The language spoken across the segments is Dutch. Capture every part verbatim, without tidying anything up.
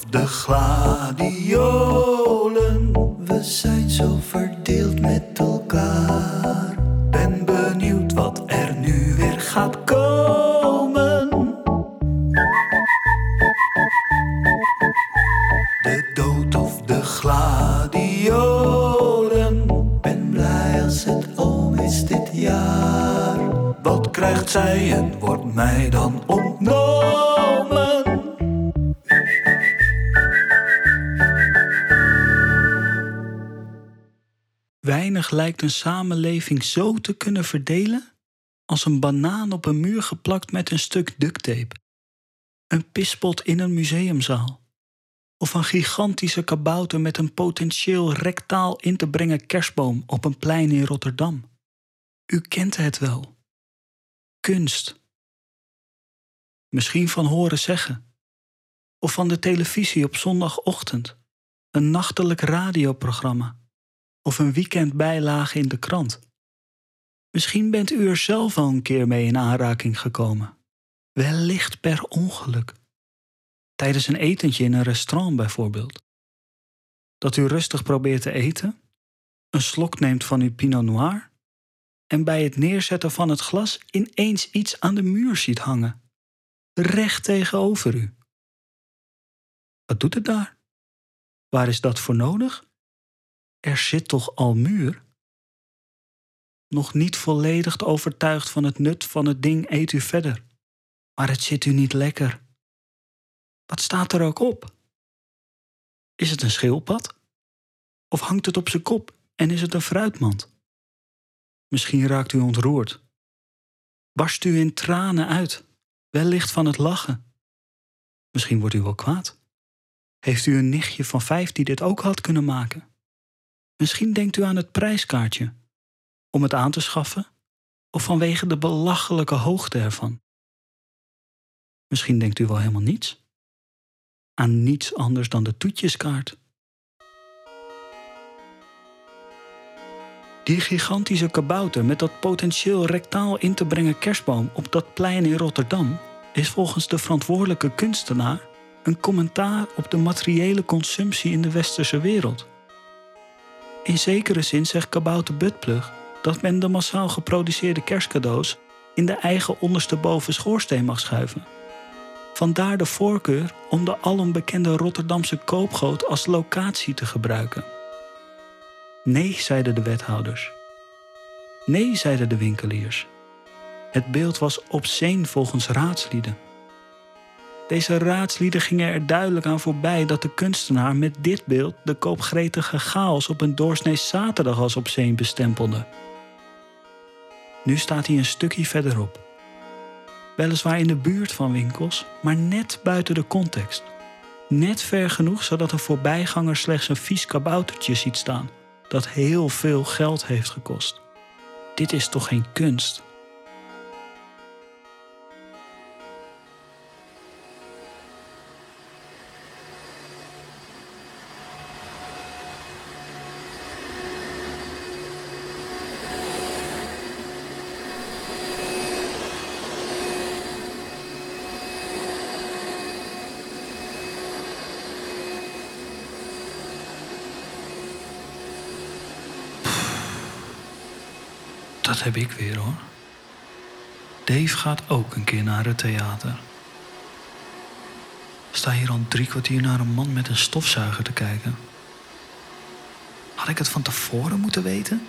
de gladiolen. We zijn zo verdeeld met elkaar. Ben benieuwd wat er nu weer gaat komen. De dood of de gladiolen. Ben blij als het om is dit jaar. Wat krijgt zij en wordt mij dan ontnomen? Weinig lijkt een samenleving zo te kunnen verdelen als een banaan op een muur geplakt met een stuk ducttape. Een pispot in een museumzaal. Of een gigantische kabouter met een potentieel rectaal in te brengen kerstboom op een plein in Rotterdam. U kent het wel. Kunst. Misschien van horen zeggen. Of van de televisie op zondagochtend. Een nachtelijk radioprogramma. Of een weekendbijlage in de krant. Misschien bent u er zelf al een keer mee in aanraking gekomen. Wellicht per ongeluk. Tijdens een etentje in een restaurant bijvoorbeeld. Dat u rustig probeert te eten, een slok neemt van uw Pinot Noir en bij het neerzetten van het glas ineens iets aan de muur ziet hangen. Recht tegenover u. Wat doet het daar? Waar is dat voor nodig? Er zit toch al muur? Nog niet volledig overtuigd van het nut van het ding eet u verder. Maar het zit u niet lekker. Wat staat er ook op? Is het een schildpad? Of hangt het op zijn kop en is het een fruitmand? Misschien raakt u ontroerd. Barst u in tranen uit, wellicht van het lachen. Misschien wordt u wel kwaad. Heeft u een nichtje van vijf die dit ook had kunnen maken? Misschien denkt u aan het prijskaartje, om het aan te schaffen, of vanwege de belachelijke hoogte ervan. Misschien denkt u wel helemaal niets. Aan niets anders dan de toetjeskaart. Die gigantische kabouter met dat potentieel rectaal in te brengen kerstboom op dat plein in Rotterdam is volgens de verantwoordelijke kunstenaar een commentaar op de materiële consumptie in de westerse wereld. In zekere zin zegt kabouter Buttplug dat men de massaal geproduceerde kerstcadeaus in de eigen ondersteboven schoorsteen mag schuiven. Vandaar de voorkeur om de alombekende Rotterdamse koopgoot als locatie te gebruiken. Nee, zeiden de wethouders. Nee, zeiden de winkeliers. Het beeld was obsceen volgens raadslieden. Deze raadslieden gingen er duidelijk aan voorbij dat de kunstenaar met dit beeld de koopgretige chaos op een doorsnee zaterdag als obsceen bestempelde. Nu staat hij een stukje verderop. Weliswaar in de buurt van winkels, maar net buiten de context. Net ver genoeg zodat een voorbijganger slechts een vies kaboutertje ziet staan, dat heel veel geld heeft gekost. Dit is toch geen kunst? Dat heb ik weer, hoor. Dave gaat ook een keer naar het theater. Sta hier al drie kwartier naar een man met een stofzuiger te kijken. Had ik het van tevoren moeten weten?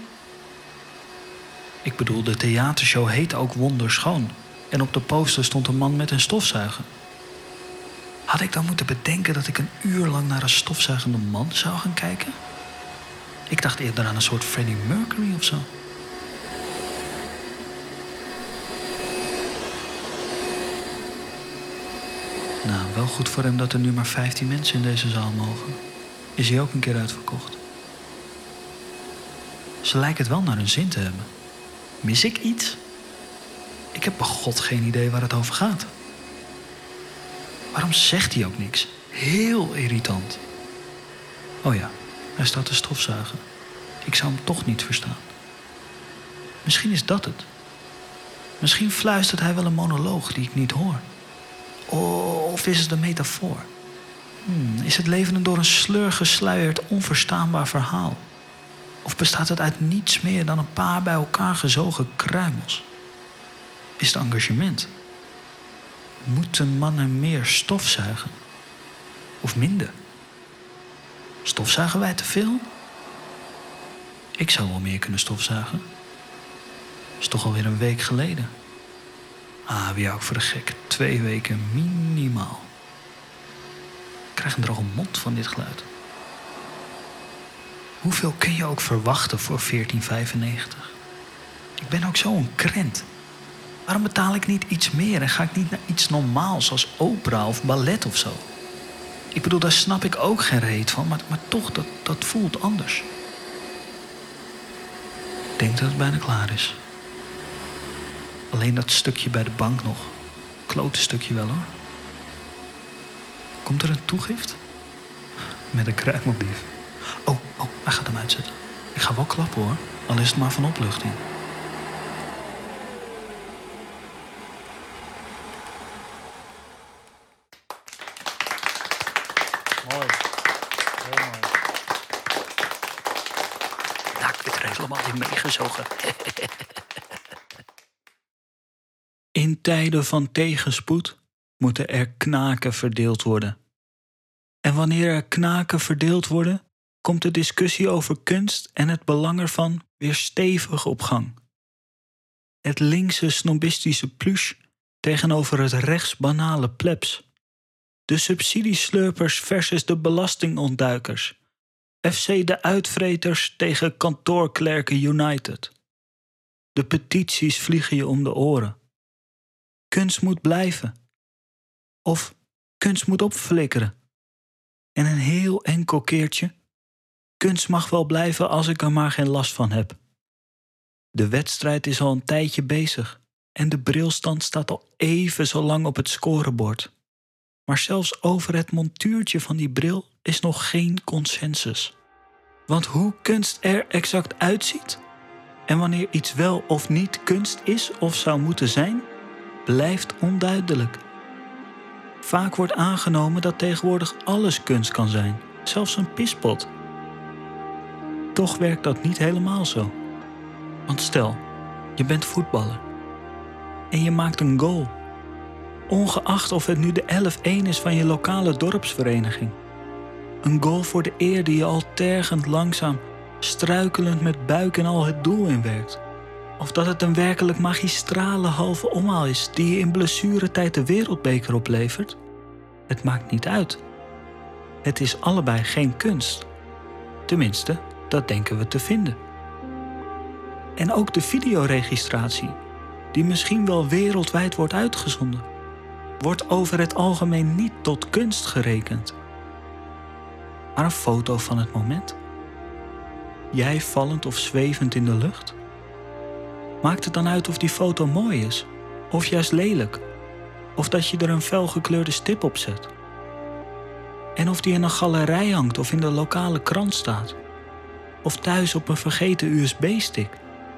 Ik bedoel, de theatershow heet ook Wonderschoon. En op de poster stond een man met een stofzuiger. Had ik dan moeten bedenken dat ik een uur lang naar een stofzuigende man zou gaan kijken? Ik dacht eerder aan een soort Freddie Mercury of zo. Nou, wel goed voor hem dat er nu maar vijftien mensen in deze zaal mogen. Is hij ook een keer uitverkocht. Ze lijken het wel naar hun zin te hebben. Mis ik iets? Ik heb bij God geen idee waar het over gaat. Waarom zegt hij ook niks? Heel irritant. Oh ja, hij staat te stofzuigen. Ik zou hem toch niet verstaan. Misschien is dat het. Misschien fluistert hij wel een monoloog die ik niet hoor. Of is het een metafoor? Hmm, is het leven een door een sleur gesluierd, onverstaanbaar verhaal? Of bestaat het uit niets meer dan een paar bij elkaar gezogen kruimels? Is het engagement? Moeten mannen meer stofzuigen? Of minder? Stofzuigen wij te veel? Ik zou wel meer kunnen stofzuigen. Is toch alweer een week geleden. Ah, wie hou ik voor de gek? Twee weken minimaal. Ik krijg een droge mond van dit geluid. Hoeveel kun je ook verwachten voor veertien vijfennegentig? Ik ben ook zo'n krent. Waarom betaal ik niet iets meer en ga ik niet naar iets normaals zoals opera of ballet of zo? Ik bedoel, daar snap ik ook geen reet van, maar, maar toch, dat, dat voelt anders. Ik denk dat het bijna klaar is. Alleen dat stukje bij de bank nog. Klote stukje wel hoor. Komt er een toegift? Met een kruimeldief. Oh, oh, hij gaat hem uitzetten. Ik ga wel klappen hoor, al is het maar van opluchting. Mooi. Heel mooi. Nou, ik werd er helemaal in meegezogen. In tijden van tegenspoed moeten er knaken verdeeld worden. En wanneer er knaken verdeeld worden, komt de discussie over kunst en het belang ervan weer stevig op gang. Het linkse snobistische pluche tegenover het rechts banale plebs. De subsidieslurpers versus de belastingontduikers. F C de uitvreters tegen kantoorklerken United. De petities vliegen je om de oren. Kunst moet blijven. Of kunst moet opflikkeren. En een heel enkel keertje. Kunst mag wel blijven als ik er maar geen last van heb. De wedstrijd is al een tijdje bezig. En de brilstand staat al even zo lang op het scorebord. Maar zelfs over het montuurtje van die bril is nog geen consensus. Want hoe kunst er exact uitziet en wanneer iets wel of niet kunst is of zou moeten zijn, blijft onduidelijk. Vaak wordt aangenomen dat tegenwoordig alles kunst kan zijn, zelfs een pispot. Toch werkt dat niet helemaal zo. Want stel, je bent voetballer en je maakt een goal. Ongeacht of het nu de elf-een is van je lokale dorpsvereniging. Een goal voor de eer die je al tergend langzaam, struikelend met buik en al het doel inwerkt. Of dat het een werkelijk magistrale halve omhaal is die je in blessuretijd de wereldbeker oplevert. Het maakt niet uit. Het is allebei geen kunst. Tenminste, dat denken we te vinden. En ook de videoregistratie, die misschien wel wereldwijd wordt uitgezonden, wordt over het algemeen niet tot kunst gerekend. Maar een foto van het moment. Jij vallend of zwevend in de lucht. Maakt het dan uit of die foto mooi is, of juist lelijk, of dat je er een felgekleurde stip op zet? En of die in een galerij hangt of in de lokale krant staat, of thuis op een vergeten U S B-stick,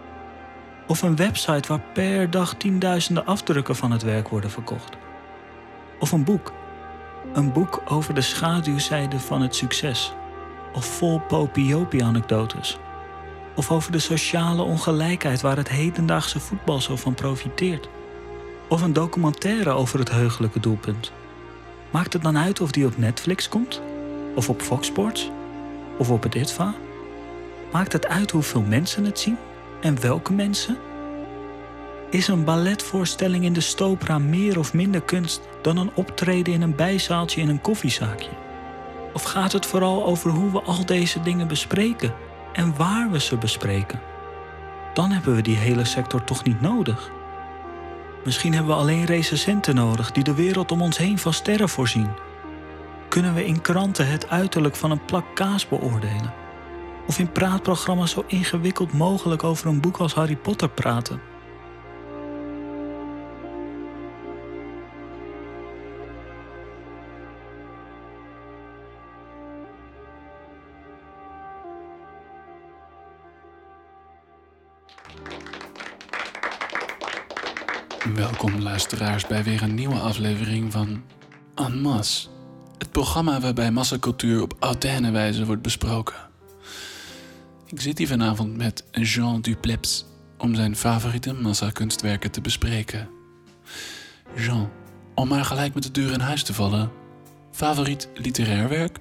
of een website waar per dag tienduizenden afdrukken van het werk worden verkocht, of een boek, een boek over de schaduwzijde van het succes, of vol popiopie-anekdotes. Of over de sociale ongelijkheid waar het hedendaagse voetbal zo van profiteert. Of een documentaire over het heugelijke doelpunt. Maakt het dan uit of die op Netflix komt? Of op Fox Sports? Of op het I T V A? Maakt het uit hoeveel mensen het zien? En welke mensen? Is een balletvoorstelling in de Stopra meer of minder kunst dan een optreden in een bijzaaltje in een koffiezaakje? Of gaat het vooral over hoe we al deze dingen bespreken en waar we ze bespreken? Dan hebben we die hele sector toch niet nodig. Misschien hebben we alleen recensenten nodig die de wereld om ons heen van sterren voorzien. Kunnen we in kranten het uiterlijk van een plak kaas beoordelen? Of in praatprogramma's zo ingewikkeld mogelijk over een boek als Harry Potter praten? Welkom luisteraars bij weer een nieuwe aflevering van En Masse, Het programma waarbij massacultuur op hautaine wijze wordt besproken. Ik zit hier vanavond met Jean Duplessis om zijn favoriete massakunstwerken te bespreken. Jean, om maar gelijk met de deur in huis te vallen. Favoriet literair werk?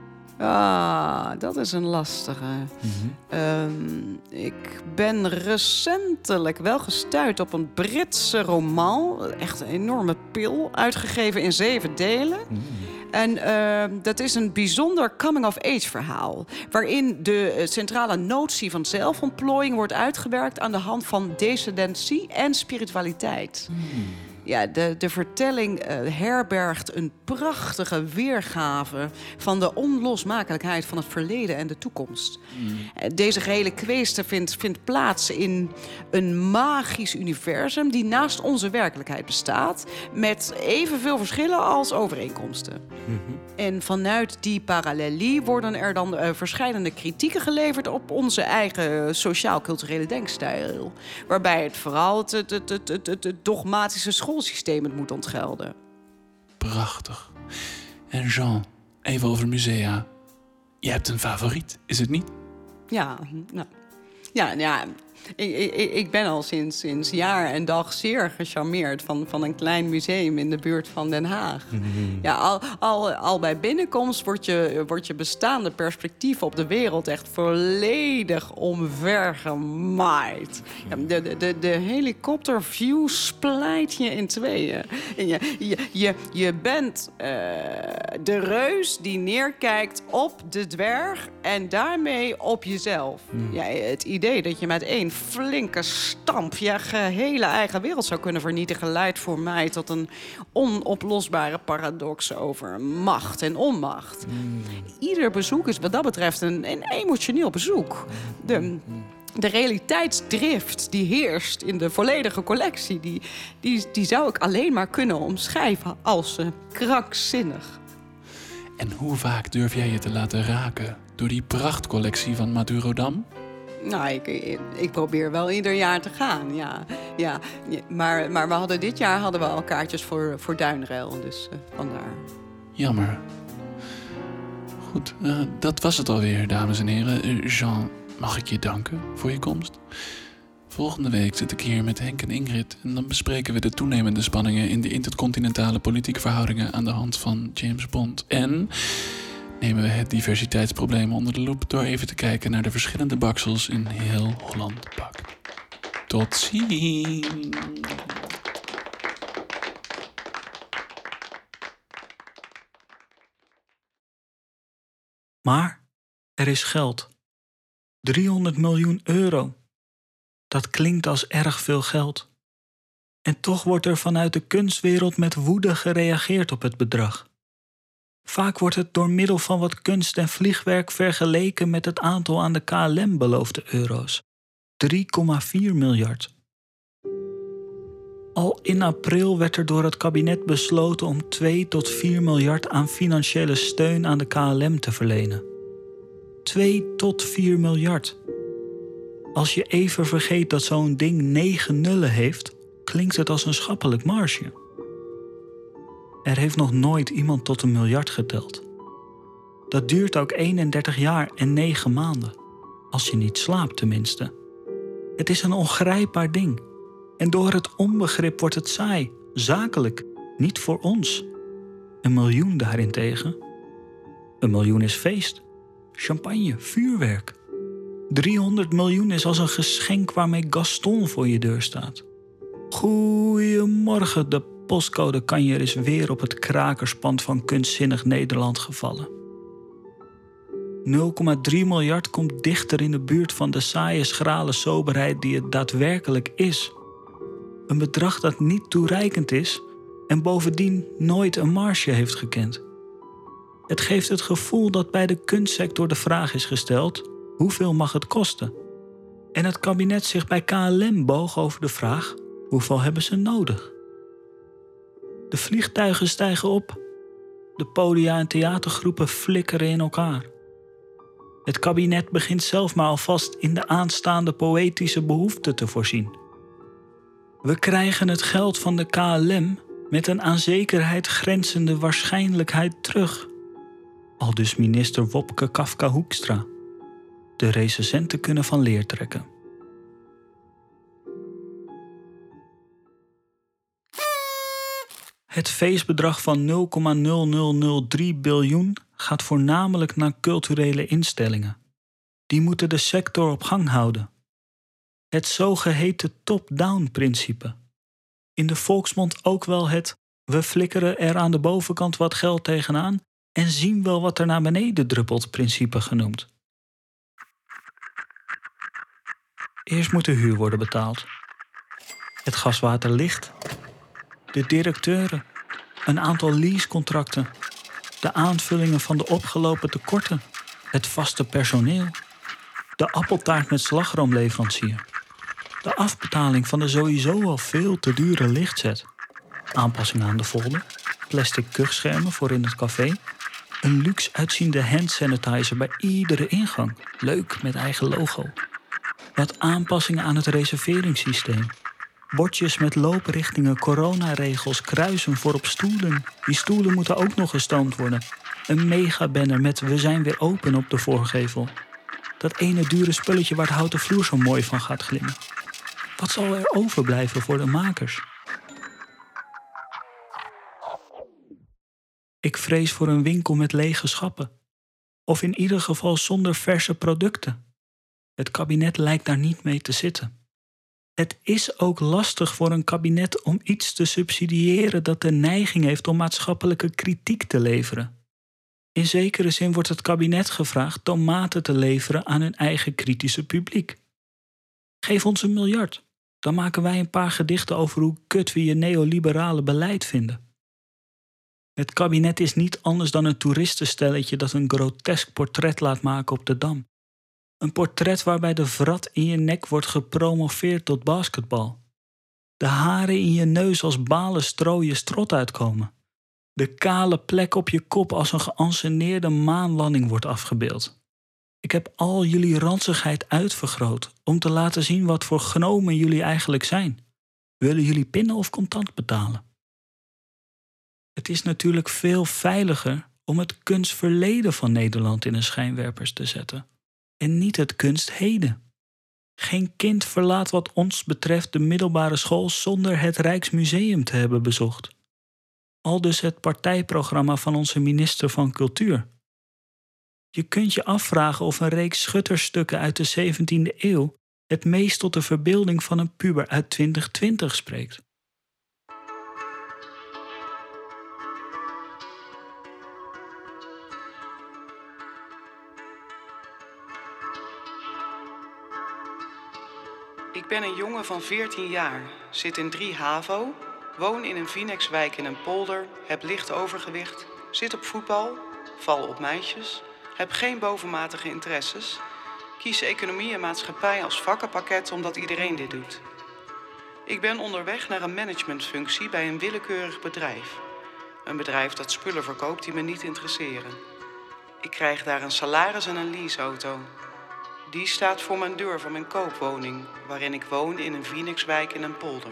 Ah, dat is een lastige. Mm-hmm. Um, ik ben recentelijk wel gestuurd op een Britse roman. Echt een enorme pil, uitgegeven in zeven delen. Mm. En uh, dat is een bijzonder coming-of-age verhaal, waarin de uh, centrale notie van zelfontplooiing wordt uitgewerkt aan de hand van descendentie en spiritualiteit. Mm. Ja, de, de vertelling uh, herbergt een prachtige weergave van de onlosmakelijkheid van het verleden en de toekomst. Mm. Uh, deze gehele kweeste vindt, vindt plaats in een magisch universum die naast onze werkelijkheid bestaat, met evenveel verschillen als overeenkomsten. Mm-hmm. En vanuit die parallelie worden er dan uh, verschillende kritieken geleverd op onze eigen sociaal-culturele denkstijl, waarbij het vooral het, het, het, het, het, het dogmatische schoolsysteem het moet ontgelden. Prachtig. En Jean, even over musea. Je hebt een favoriet, is het niet? Ja, nou, ja, ja. Ik, ik, ik ben al sinds, sinds jaar en dag zeer gecharmeerd van, van een klein museum in de buurt van Den Haag. Mm-hmm. Ja, al, al, al bij binnenkomst wordt je, wordt je bestaande perspectief op de wereld echt volledig omvergemaaid. Ja, de, de, de, de helikopterview splijt je in tweeën. En je, je, je, je bent uh, de reus die neerkijkt op de dwerg en daarmee op jezelf. Mm. Ja, het idee dat je met één flinke stamp je gehele eigen wereld zou kunnen vernietigen, leidt voor mij tot een onoplosbare paradox over macht en onmacht. Mm. Ieder bezoek is wat dat betreft een, een emotioneel bezoek. De, de realiteitsdrift die heerst in de volledige collectie, die, die, die zou ik alleen maar kunnen omschrijven als uh, krankzinnig. En hoe vaak durf jij je te laten raken door die prachtcollectie van Madurodam? Nou, ik, ik, ik probeer wel ieder jaar te gaan, ja. ja. Maar, maar we hadden dit jaar hadden we al kaartjes voor, voor Duinruil, dus uh, vandaar. Jammer. Goed, uh, dat was het alweer, dames en heren. Uh, Jean, mag ik je danken voor je komst? Volgende week zit ik hier met Henk en Ingrid en dan bespreken we de toenemende spanningen in de intercontinentale politieke verhoudingen aan de hand van James Bond. En nemen we het diversiteitsprobleem onder de loep door even te kijken naar de verschillende baksels in heel Holland Bak. Tot ziens! Maar er is geld. driehonderd miljoen euro. Dat klinkt als erg veel geld. En toch wordt er vanuit de kunstwereld met woede gereageerd op het bedrag. Vaak wordt het door middel van wat kunst en vliegwerk vergeleken met het aantal aan de K L M beloofde euro's. drie komma vier miljard. Al in april werd er door het kabinet besloten om twee tot vier miljard aan financiële steun aan de K L M te verlenen. twee tot vier miljard. Als je even vergeet dat zo'n ding negen nullen heeft, klinkt het als een schappelijk marge. Er heeft nog nooit iemand tot een miljard geteld. Dat duurt ook eenendertig jaar en negen maanden. Als je niet slaapt tenminste. Het is een ongrijpbaar ding. En door het onbegrip wordt het saai, zakelijk, niet voor ons. Een miljoen daarentegen. Een miljoen is feest, champagne, vuurwerk. driehonderd miljoen is als een geschenk waarmee Gaston voor je deur staat. Goeiemorgen, de postcode-kanjer is weer op het krakerspand van kunstzinnig Nederland gevallen. nul komma drie miljard komt dichter in de buurt van de saaie schrale soberheid die het daadwerkelijk is. Een bedrag dat niet toereikend is en bovendien nooit een marge heeft gekend. Het geeft het gevoel dat bij de kunstsector de vraag is gesteld: hoeveel mag het kosten? En het kabinet zich bij K L M boog over de vraag: hoeveel hebben ze nodig? De vliegtuigen stijgen op. De podia en theatergroepen flikkeren in elkaar. Het kabinet begint zelf maar alvast in de aanstaande poëtische behoeften te voorzien. We krijgen het geld van de K L M met een aan zekerheid grenzende waarschijnlijkheid terug, Aldus minister Wopke Kafka Hoekstra. De recensenten kunnen van leer trekken. Het feestbedrag van nul komma nul nul nul drie biljoen gaat voornamelijk naar culturele instellingen. Die moeten de sector op gang houden. Het zogeheten top-down-principe. In de volksmond ook wel het we flikkeren er aan de bovenkant wat geld tegenaan en zien wel wat er naar beneden druppelt principe genoemd. Eerst moet de huur worden betaald. Het gaswater licht. De directeuren. Een aantal leasecontracten. De aanvullingen van de opgelopen tekorten. Het vaste personeel. De appeltaart met slagroomleverancier. De afbetaling van de sowieso al veel te dure lichtzet. Aanpassing aan de folder. Plastic kuchschermen voor in het café. Een luxe uitziende hand sanitizer bij iedere ingang. Leuk, met eigen logo. Wat aanpassingen aan het reserveringssysteem. Bordjes met looprichtingen, coronaregels, kruisen voor op stoelen. Die stoelen moeten ook nog gestoomd worden. Een megabanner met we zijn weer open op de voorgevel. Dat ene dure spulletje waar de houten vloer zo mooi van gaat glimmen. Wat zal er overblijven voor de makers? Ik vrees voor een winkel met lege schappen. Of in ieder geval zonder verse producten. Het kabinet lijkt daar niet mee te zitten. Het is ook lastig voor een kabinet om iets te subsidiëren dat de neiging heeft om maatschappelijke kritiek te leveren. In zekere zin wordt het kabinet gevraagd tomaten te leveren aan hun eigen kritische publiek. Geef ons een miljard, dan maken wij een paar gedichten over hoe kut we je neoliberale beleid vinden. Het kabinet is niet anders dan een toeristenstelletje dat een grotesk portret laat maken op de Dam. Een portret waarbij de vrat in je nek wordt gepromoveerd tot basketbal. De haren in je neus als balen stro je strot uitkomen. De kale plek op je kop als een geanceneerde maanlanding wordt afgebeeld. Ik heb al jullie ranzigheid uitvergroot om te laten zien wat voor gnomen jullie eigenlijk zijn. Willen jullie pinnen of contant betalen? Het is natuurlijk veel veiliger om het kunstverleden van Nederland in de schijnwerpers te zetten. En niet het kunstheden. Geen kind verlaat wat ons betreft de middelbare school zonder het Rijksmuseum te hebben bezocht. Aldus het partijprogramma van onze minister van Cultuur. Je kunt je afvragen of een reeks schutterstukken uit de zeventiende eeuw het meest tot de verbeelding van een puber uit twintig twintig spreekt. Ik ben een jongen van veertien jaar, zit in drie HAVO, woon in een Vinex-wijk in een polder, heb licht overgewicht, zit op voetbal, val op meisjes, heb geen bovenmatige interesses, kies economie en maatschappij als vakkenpakket omdat iedereen dit doet. Ik ben onderweg naar een managementfunctie bij een willekeurig bedrijf. Een bedrijf dat spullen verkoopt die me niet interesseren. Ik krijg daar een salaris en een leaseauto. Die staat voor mijn deur van mijn koopwoning, waarin ik woon in een Vinex-wijk in een polder.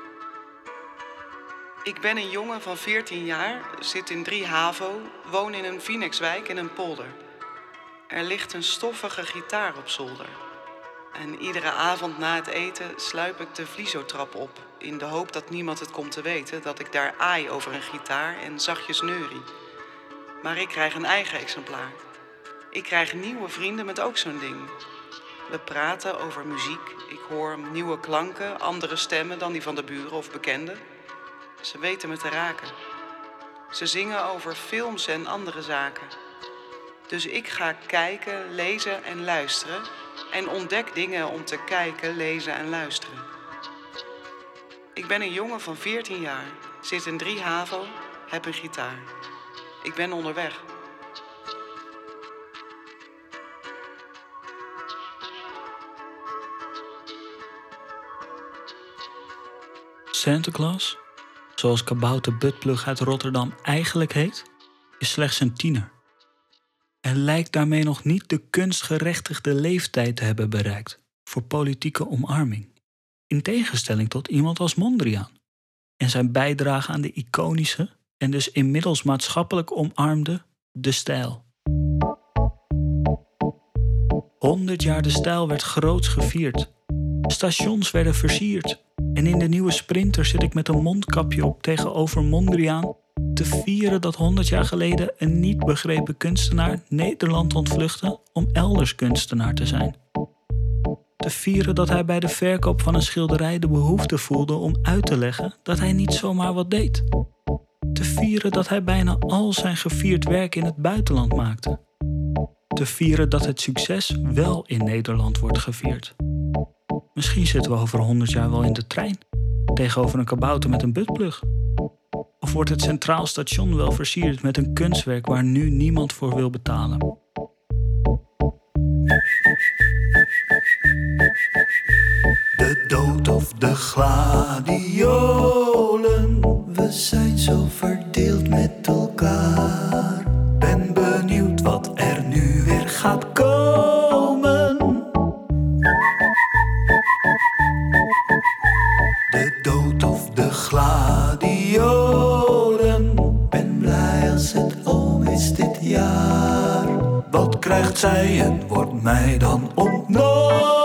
Ik ben een jongen van veertien jaar, zit in drie HAVO, woon in een Vinex-wijk in een polder. Er ligt een stoffige gitaar op zolder. En iedere avond na het eten sluip ik de vliezotrap op, in de hoop dat niemand het komt te weten dat ik daar aai over een gitaar en zachtjes neurie. Maar ik krijg een eigen exemplaar. Ik krijg nieuwe vrienden met ook zo'n ding. We praten over muziek. Ik hoor nieuwe klanken, andere stemmen dan die van de buren of bekenden. Ze weten me te raken. Ze zingen over films en andere zaken. Dus ik ga kijken, lezen en luisteren. En ontdek dingen om te kijken, lezen en luisteren. Ik ben een jongen van veertien jaar, zit in drie HAVO, heb een gitaar. Ik ben onderweg. Santa Claus, zoals kabouter Buttplug uit Rotterdam eigenlijk heet, is slechts een tiener. En lijkt daarmee nog niet de kunstgerechtigde leeftijd te hebben bereikt voor politieke omarming. In tegenstelling tot iemand als Mondriaan en zijn bijdrage aan de iconische en dus inmiddels maatschappelijk omarmde De Stijl. Honderd jaar de stijl werd groots gevierd. Stations werden versierd. En in de nieuwe Sprinter zit ik met een mondkapje op tegenover Mondriaan te vieren dat honderd jaar geleden een niet begrepen kunstenaar Nederland ontvluchtte om elders kunstenaar te zijn. Te vieren dat hij bij de verkoop van een schilderij de behoefte voelde om uit te leggen dat hij niet zomaar wat deed. Te vieren dat hij bijna al zijn gevierd werk in het buitenland maakte. Te vieren dat het succes wel in Nederland wordt gevierd. Misschien zitten we over honderd jaar wel in de trein, tegenover een kabouter met een buttplug. Of wordt het Centraal Station wel versierd met een kunstwerk waar nu niemand voor wil betalen. De dood of de gladiolen, we zijn zo verdeeld met elkaar. Ben benieuwd wat er nu weer gaat komen. De dood of de gladiolen, ben blij als het om is dit jaar. Wat krijgt zij en wordt mij dan ontnomen?